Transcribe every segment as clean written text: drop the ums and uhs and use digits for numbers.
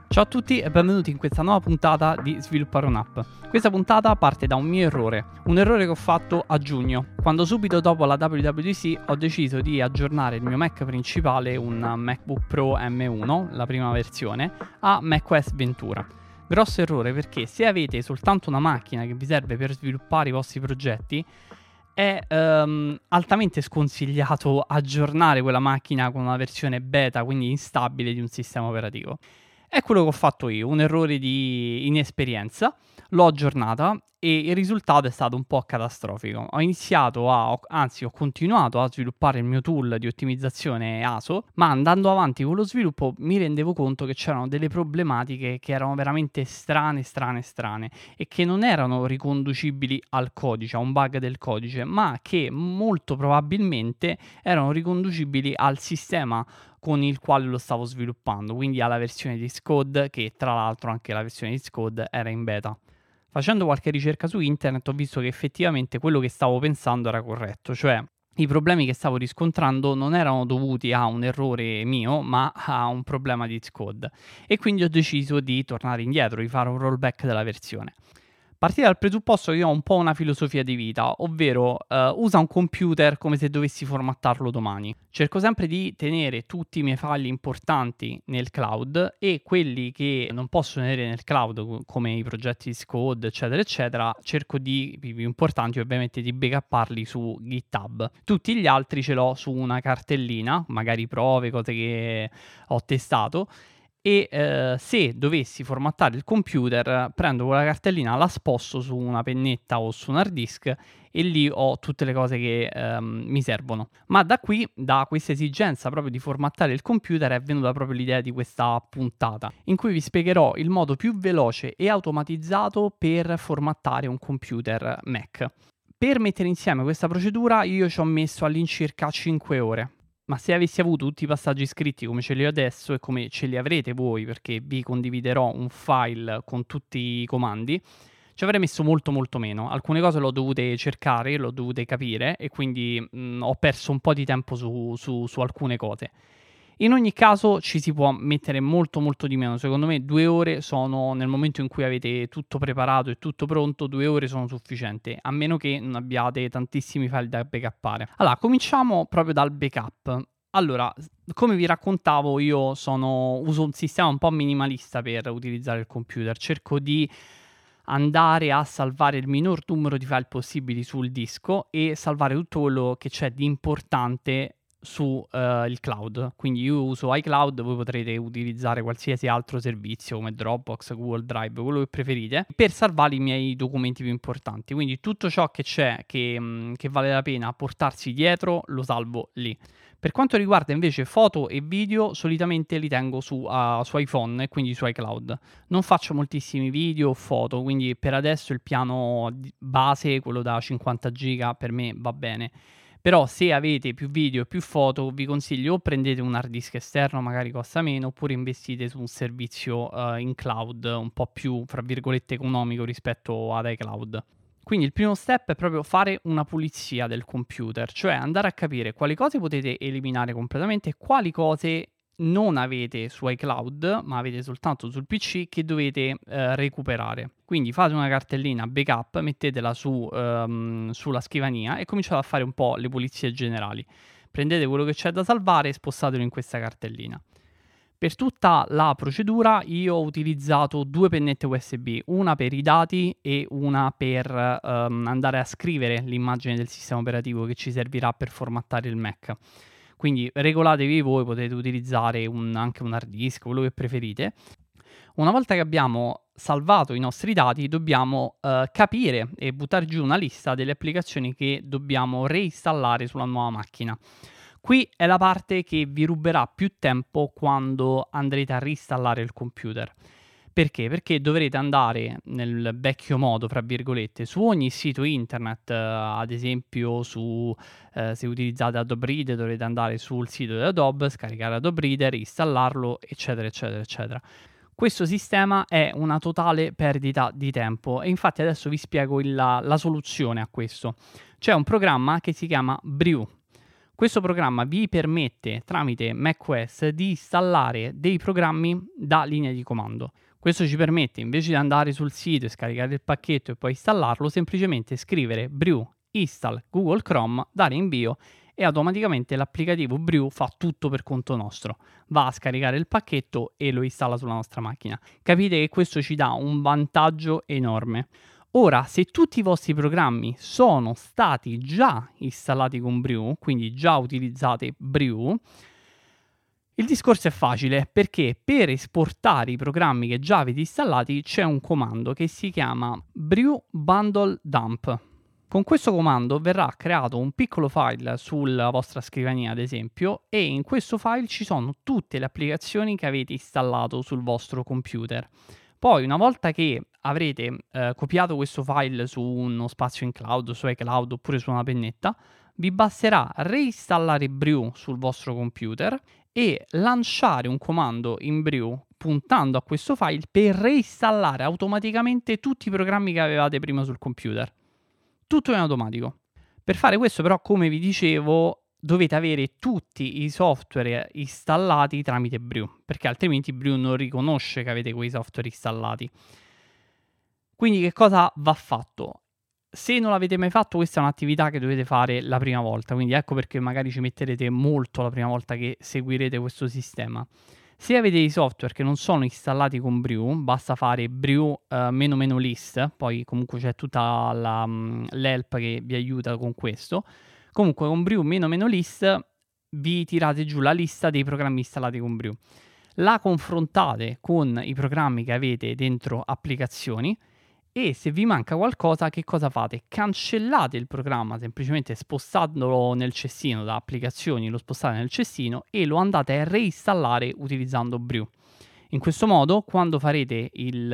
Ciao a tutti e benvenuti in questa nuova puntata di Sviluppare un'app. Questa puntata parte da un mio errore, un errore che ho fatto a giugno, quando subito dopo la WWDC ho deciso di aggiornare il mio Mac principale, un MacBook Pro M1, la prima versione, a macOS Ventura. Grosso errore perché se avete soltanto una macchina che vi serve per sviluppare i vostri progetti, è altamente sconsigliato aggiornare quella macchina con una versione beta, quindi instabile, di un sistema operativo. È quello che ho fatto io, un errore di inesperienza, l'ho aggiornata e il risultato è stato un po' catastrofico. Ho continuato a sviluppare il mio tool di ottimizzazione ASO, ma andando avanti con lo sviluppo mi rendevo conto che c'erano delle problematiche che erano veramente strane e che non erano riconducibili al codice, a un bug del codice, ma che molto probabilmente erano riconducibili al sistema con il quale lo stavo sviluppando, quindi alla versione di Xcode, che tra l'altro anche la versione di Xcode era in beta. Facendo qualche ricerca su internet ho visto che effettivamente quello che stavo pensando era corretto, cioè i problemi che stavo riscontrando non erano dovuti a un errore mio, ma a un problema di Xcode. E quindi ho deciso di tornare indietro, di fare un rollback della versione. Partire dal presupposto che io ho un po' una filosofia di vita, ovvero usa un computer come se dovessi formattarlo domani. Cerco sempre di tenere tutti i miei file importanti nel cloud e quelli che non posso tenere nel cloud, come i progetti di Xcode, eccetera, eccetera, cerco i più importanti ovviamente di backupparli su GitHub. Tutti gli altri ce l'ho su una cartellina, magari prove, cose che ho testato. E se dovessi formattare il computer, prendo quella cartellina, la sposto su una pennetta o su un hard disk e lì ho tutte le cose che mi servono. Ma da questa esigenza proprio di formattare il computer, è venuta proprio l'idea di questa puntata, in cui vi spiegherò il modo più veloce e automatizzato per formattare un computer Mac. Per mettere insieme questa procedura io ci ho messo all'incirca 5 ore. Ma se avessi avuto tutti i passaggi scritti come ce li ho adesso e come ce li avrete voi, perché vi condividerò un file con tutti i comandi, ci avrei messo molto meno. Alcune cose l'ho dovute cercare, l'ho dovute capire e quindi ho perso un po' di tempo su alcune cose. In ogni caso ci si può mettere molto di meno. Secondo me 2 ore sono, nel momento in cui avete tutto preparato e tutto pronto, 2 ore sono sufficienti, a meno che non abbiate tantissimi file da backuppare. Allora, cominciamo proprio dal backup. Allora, come vi raccontavo, io uso un sistema un po' minimalista per utilizzare il computer. Cerco di andare a salvare il minor numero di file possibili sul disco e salvare tutto quello che c'è di importante su il cloud. Quindi io uso iCloud, voi potrete utilizzare qualsiasi altro servizio come Dropbox, Google Drive, quello che preferite, per salvare i miei documenti più importanti. Quindi tutto ciò che c'è che vale la pena portarsi dietro lo salvo lì. Per quanto riguarda invece foto e video, solitamente li tengo su iPhone e quindi su iCloud. Non faccio moltissimi video o foto, quindi per adesso il piano base, quello da 50 giga, per me va bene. Però se avete più video e più foto, vi consiglio o prendete un hard disk esterno, magari costa meno, oppure investite su un servizio in cloud un po' più, fra virgolette, economico rispetto ad iCloud. Quindi il primo step è proprio fare una pulizia del computer, cioè andare a capire quali cose potete eliminare completamente e quali cose non avete su iCloud, ma avete soltanto sul PC, che dovete recuperare. Quindi fate una cartellina backup, mettetela sulla scrivania e cominciate a fare un po' le pulizie generali. Prendete quello che c'è da salvare e spostatelo in questa cartellina. Per tutta la procedura io ho utilizzato 2 pennette USB, una per i dati e una per andare a scrivere l'immagine del sistema operativo che ci servirà per formattare il Mac. Quindi regolatevi voi, potete utilizzare anche un hard disk, quello che preferite. Una volta che abbiamo salvato i nostri dati, dobbiamo capire e buttare giù una lista delle applicazioni che dobbiamo reinstallare sulla nuova macchina. Qui è la parte che vi ruberà più tempo quando andrete a reinstallare il computer. Perché? Perché dovrete andare nel vecchio modo, fra virgolette, su ogni sito internet, ad esempio se utilizzate Adobe Reader dovrete andare sul sito di Adobe, scaricare Adobe Reader, installarlo, eccetera, eccetera, eccetera. Questo sistema è una totale perdita di tempo e infatti adesso vi spiego la soluzione a questo. C'è un programma che si chiama Brew. Questo programma vi permette tramite macOS di installare dei programmi da linea di comando. Questo ci permette, invece di andare sul sito e scaricare il pacchetto e poi installarlo, semplicemente scrivere brew install Google Chrome, dare invio e automaticamente l'applicativo Brew fa tutto per conto nostro. Va a scaricare il pacchetto e lo installa sulla nostra macchina. Capite che questo ci dà un vantaggio enorme. Ora, se tutti i vostri programmi sono stati già installati con Brew, quindi già utilizzate Brew, il discorso è facile, perché per esportare i programmi che già avete installati c'è un comando che si chiama brew bundle dump. Con questo comando verrà creato un piccolo file sulla vostra scrivania, ad esempio, e in questo file ci sono tutte le applicazioni che avete installato sul vostro computer. Poi, una volta che avrete copiato questo file su uno spazio in cloud, su iCloud oppure su una pennetta, vi basterà reinstallare Brew sul vostro computer e lanciare un comando in Brew puntando a questo file per reinstallare automaticamente tutti i programmi che avevate prima sul computer. Tutto in automatico. Per fare questo, però, come vi dicevo, dovete avere tutti i software installati tramite Brew, perché altrimenti Brew non riconosce che avete quei software installati. Quindi che cosa va fatto? Se non l'avete mai fatto, questa è un'attività che dovete fare la prima volta, quindi ecco perché magari ci metterete molto la prima volta che seguirete questo sistema. Se avete dei software che non sono installati con Brew, basta fare brew -list, poi comunque c'è tutta l'help che vi aiuta con questo. Comunque con brew -list vi tirate giù la lista dei programmi installati con Brew. La confrontate con i programmi che avete dentro applicazioni e se vi manca qualcosa, che cosa fate? Cancellate il programma semplicemente spostandolo nel cestino da applicazioni, lo spostate nel cestino e lo andate a reinstallare utilizzando Brew. In questo modo, quando farete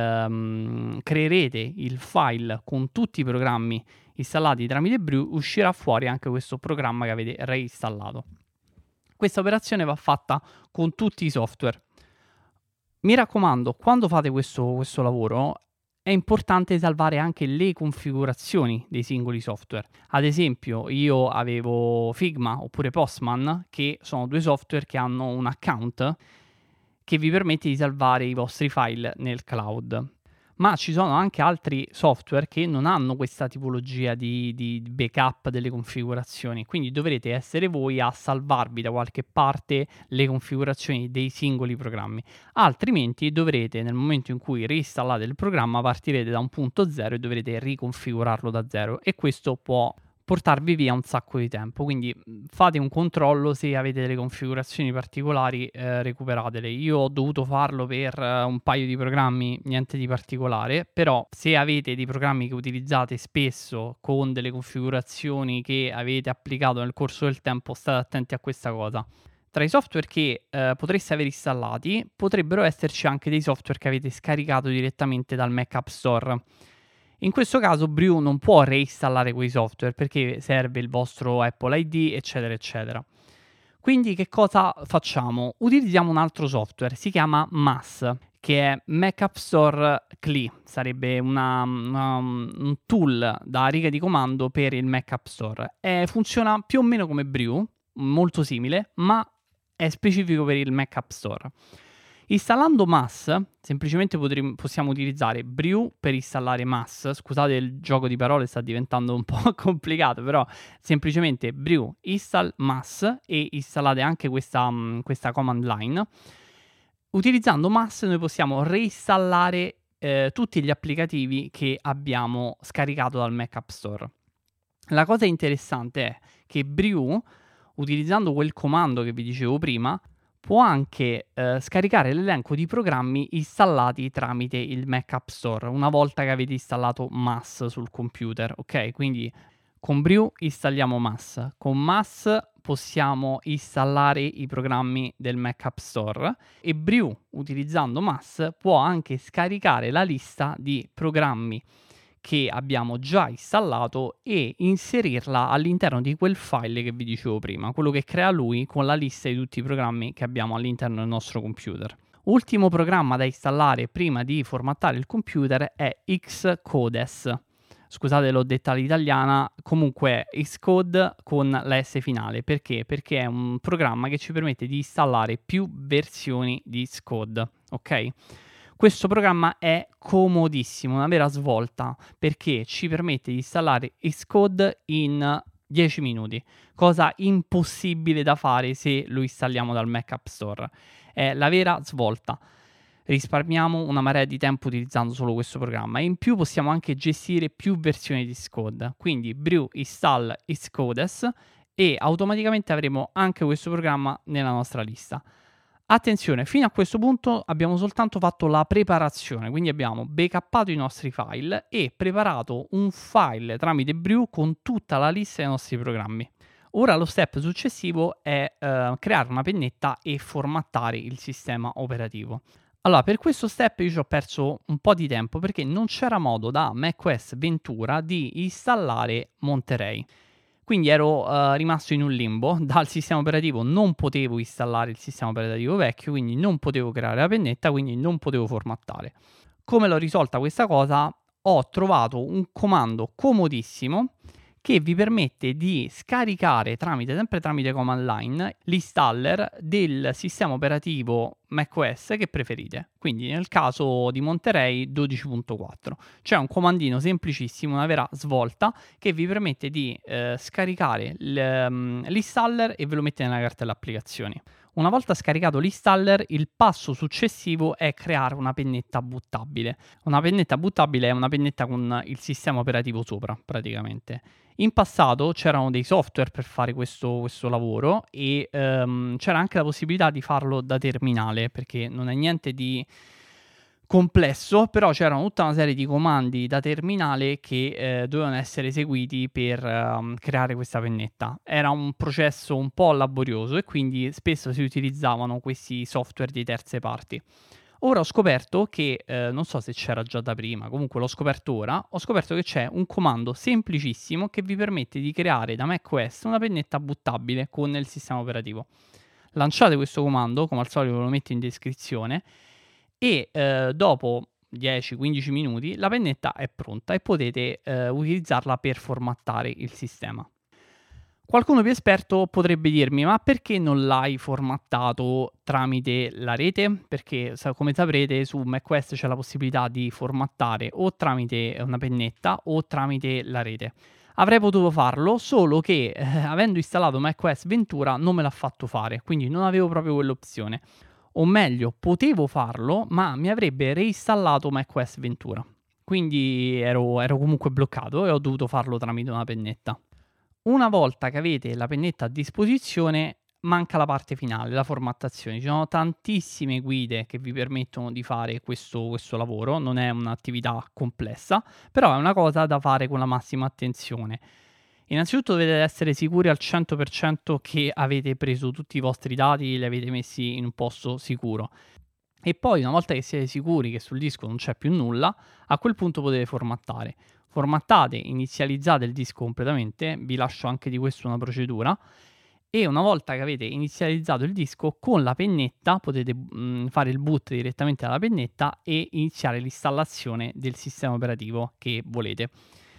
creerete il file con tutti i programmi installati tramite Brew, uscirà fuori anche questo programma che avete reinstallato. Questa operazione va fatta con tutti i software. Mi raccomando, quando fate questo lavoro, è importante salvare anche le configurazioni dei singoli software. Ad esempio, io avevo Figma oppure Postman, che sono due software che hanno un account che vi permette di salvare i vostri file nel cloud. Ma ci sono anche altri software che non hanno questa tipologia di backup delle configurazioni, quindi dovrete essere voi a salvarvi da qualche parte le configurazioni dei singoli programmi. Altrimenti dovrete, nel momento in cui reinstallate il programma, partirete da un punto zero e dovrete riconfigurarlo da zero, e questo può portarvi via un sacco di tempo. Quindi fate un controllo, se avete delle configurazioni particolari recuperatele. Io ho dovuto farlo per un paio di programmi, niente di particolare, però se avete dei programmi che utilizzate spesso con delle configurazioni che avete applicato nel corso del tempo, state attenti a questa cosa. Tra i software che potreste aver installati potrebbero esserci anche dei software che avete scaricato direttamente dal Mac App Store. In questo caso Brew non può reinstallare quei software perché serve il vostro Apple ID, eccetera, eccetera. Quindi che cosa facciamo? Utilizziamo un altro software, si chiama MAS, che è Mac App Store CLI, sarebbe un tool da riga di comando per il Mac App Store. Funziona più o meno come Brew, molto simile, ma è specifico per il Mac App Store. Installando MAS, semplicemente possiamo utilizzare Brew per installare MAS. Scusate, il gioco di parole sta diventando un po' complicato, però semplicemente Brew install MAS e installate anche questa command line. Utilizzando MAS noi possiamo reinstallare tutti gli applicativi che abbiamo scaricato dal Mac App Store. La cosa interessante è che Brew, utilizzando quel comando che vi dicevo prima, può anche scaricare l'elenco di programmi installati tramite il Mac App Store una volta che avete installato MAS sul computer, ok? Quindi con Brew installiamo MAS, con MAS possiamo installare i programmi del Mac App Store e Brew, utilizzando MAS, può anche scaricare la lista di programmi che abbiamo già installato e inserirla all'interno di quel file che vi dicevo prima, quello che crea lui con la lista di tutti i programmi che abbiamo all'interno del nostro computer. Ultimo programma da installare prima di formattare il computer è Xcodes. scusate l'ho detta all'italiana, comunque Xcode con la S finale. Perché? Perché è un programma che ci permette di installare più versioni di Xcode, ok? Questo programma è comodissimo, una vera svolta, perché ci permette di installare Xcode in 10 minuti, cosa impossibile da fare se lo installiamo dal Mac App Store. È la vera svolta. Risparmiamo una marea di tempo utilizzando solo questo programma e in più possiamo anche gestire più versioni di Xcode. Quindi brew install Xcodes e automaticamente avremo anche questo programma nella nostra lista. Attenzione, fino a questo punto abbiamo soltanto fatto la preparazione, quindi abbiamo backuppato i nostri file e preparato un file tramite brew con tutta la lista dei nostri programmi. Ora lo step successivo è creare una pennetta e formattare il sistema operativo. Allora, per questo step io ci ho perso un po' di tempo perché non c'era modo da macOS Ventura di installare Monterey. Quindi ero rimasto in un limbo, dal sistema operativo non potevo installare il sistema operativo vecchio, quindi non potevo creare la pennetta, quindi non potevo formattare. Come l'ho risolta questa cosa? Ho trovato un comando comodissimo che vi permette di scaricare sempre tramite command line l'installer del sistema operativo macOS che preferite. Quindi nel caso di Monterey 12.4 c'è un comandino semplicissimo, una vera svolta che vi permette di scaricare l'installer e ve lo mette nella cartella applicazioni. Una volta scaricato l'installer, il passo successivo è creare una pennetta buttabile. Una pennetta buttabile è una pennetta con il sistema operativo sopra, praticamente. In passato c'erano dei software per fare questo lavoro e c'era anche la possibilità di farlo da terminale, perché non è niente di complesso, però c'erano tutta una serie di comandi da terminale che dovevano essere eseguiti per creare questa pennetta. Era un processo un po' laborioso e quindi spesso si utilizzavano questi software di terze parti. Ora ho scoperto che, non so se c'era già da prima, comunque l'ho scoperto ora, ho scoperto che c'è un comando semplicissimo che vi permette di creare da macOS una pennetta buttabile con il sistema operativo. Lanciate questo comando, come al solito ve lo metto in descrizione, e dopo 10-15 minuti la pennetta è pronta e potete utilizzarla per formattare il sistema. Qualcuno più esperto potrebbe dirmi: ma perché non l'hai formattato tramite la rete? Perché come saprete su macOS c'è la possibilità di formattare o tramite una pennetta o tramite la rete. Avrei potuto farlo, solo che avendo installato macOS Ventura non me l'ha fatto fare, quindi non avevo proprio quell'opzione. O meglio, potevo farlo, ma mi avrebbe reinstallato macOS Ventura. Quindi ero comunque bloccato e ho dovuto farlo tramite una pennetta. Una volta che avete la pennetta a disposizione, manca la parte finale, la formattazione. Ci sono tantissime guide che vi permettono di fare questo lavoro, non è un'attività complessa, però è una cosa da fare con la massima attenzione. Innanzitutto dovete essere sicuri al 100% che avete preso tutti i vostri dati e li avete messi in un posto sicuro. E poi, una volta che siete sicuri che sul disco non c'è più nulla, a quel punto potete formattare. Formattate, inizializzate il disco completamente, vi lascio anche di questo una procedura, e una volta che avete inizializzato il disco, con la pennetta potete fare il boot direttamente dalla pennetta e iniziare l'installazione del sistema operativo che volete.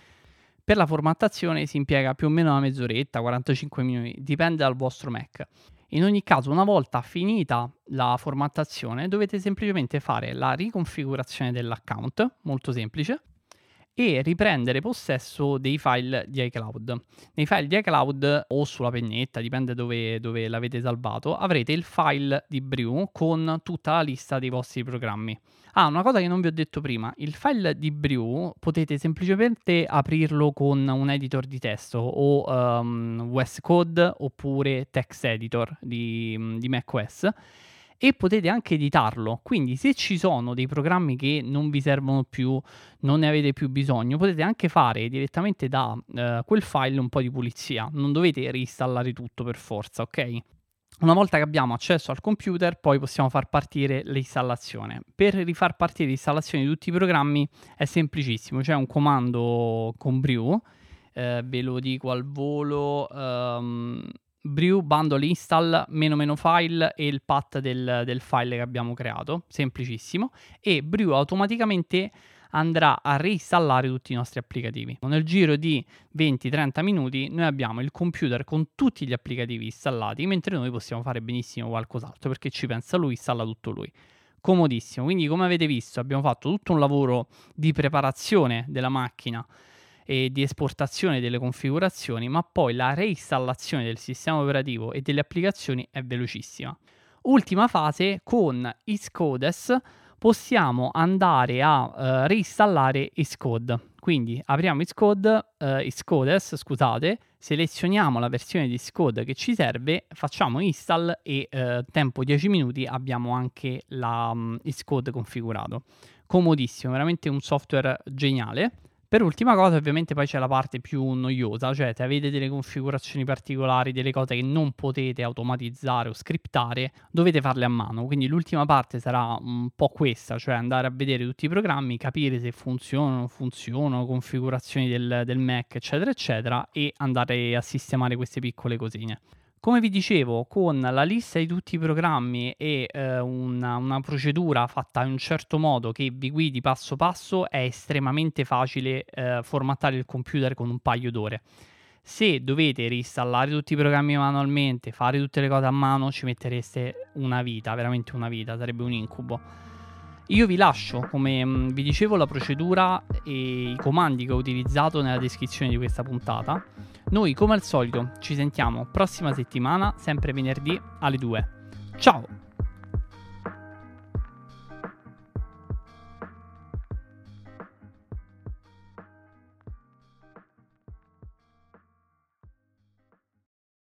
Per la formattazione si impiega più o meno una mezz'oretta, 45 minuti, dipende dal vostro Mac. In ogni caso, una volta finita la formattazione, dovete semplicemente fare la riconfigurazione dell'account, molto semplice, e riprendere possesso dei file di iCloud. Nei file di iCloud o sulla pennetta, dipende dove l'avete salvato, avrete il file di Brew con tutta la lista dei vostri programmi. Una cosa che non vi ho detto prima, il file di Brew potete semplicemente aprirlo con un editor di testo o VS Code oppure Text Editor di macOS, e potete anche editarlo. Quindi se ci sono dei programmi che non vi servono più, non ne avete più bisogno, potete anche fare direttamente da quel file un po' di pulizia, non dovete reinstallare tutto per forza, ok? Una volta che abbiamo accesso al computer, poi possiamo far partire l'installazione. Per rifar partire l'installazione di tutti i programmi è semplicissimo, c'è un comando con Brew, ve lo dico al volo, Brew bundle install -file e il path del file che abbiamo creato, semplicissimo, e Brew automaticamente andrà a reinstallare tutti i nostri applicativi. Nel giro di 20-30 minuti noi abbiamo il computer con tutti gli applicativi installati, mentre noi possiamo fare benissimo qualcos'altro, perché ci pensa lui, installa tutto lui. Comodissimo. Quindi, come avete visto, abbiamo fatto tutto un lavoro di preparazione della macchina e di esportazione delle configurazioni, ma poi la reinstallazione del sistema operativo e delle applicazioni è velocissima. Ultima fase, con Xcodes possiamo andare a reinstallare Xcode. Quindi apriamo Xcodes, scusate, selezioniamo la versione di Xcode che ci serve, facciamo install e tempo 10 minuti abbiamo anche la Xcode configurato. Comodissimo, veramente un software geniale. Per ultima cosa, ovviamente poi c'è la parte più noiosa, cioè se avete delle configurazioni particolari, delle cose che non potete automatizzare o scriptare, dovete farle a mano. Quindi l'ultima parte sarà un po' questa, cioè andare a vedere tutti i programmi, capire se funzionano, configurazioni del Mac, eccetera, eccetera, e andare a sistemare queste piccole cosine. Come vi dicevo, con la lista di tutti i programmi e una procedura fatta in un certo modo che vi guidi passo passo, è estremamente facile formattare il computer con un paio d'ore. Se dovete reinstallare tutti i programmi manualmente, fare tutte le cose a mano, ci mettereste una vita, veramente una vita, sarebbe un incubo. Io vi lascio, come vi dicevo, la procedura e i comandi che ho utilizzato nella descrizione di questa puntata. Noi, come al solito, ci sentiamo prossima settimana, sempre venerdì alle 2. Ciao!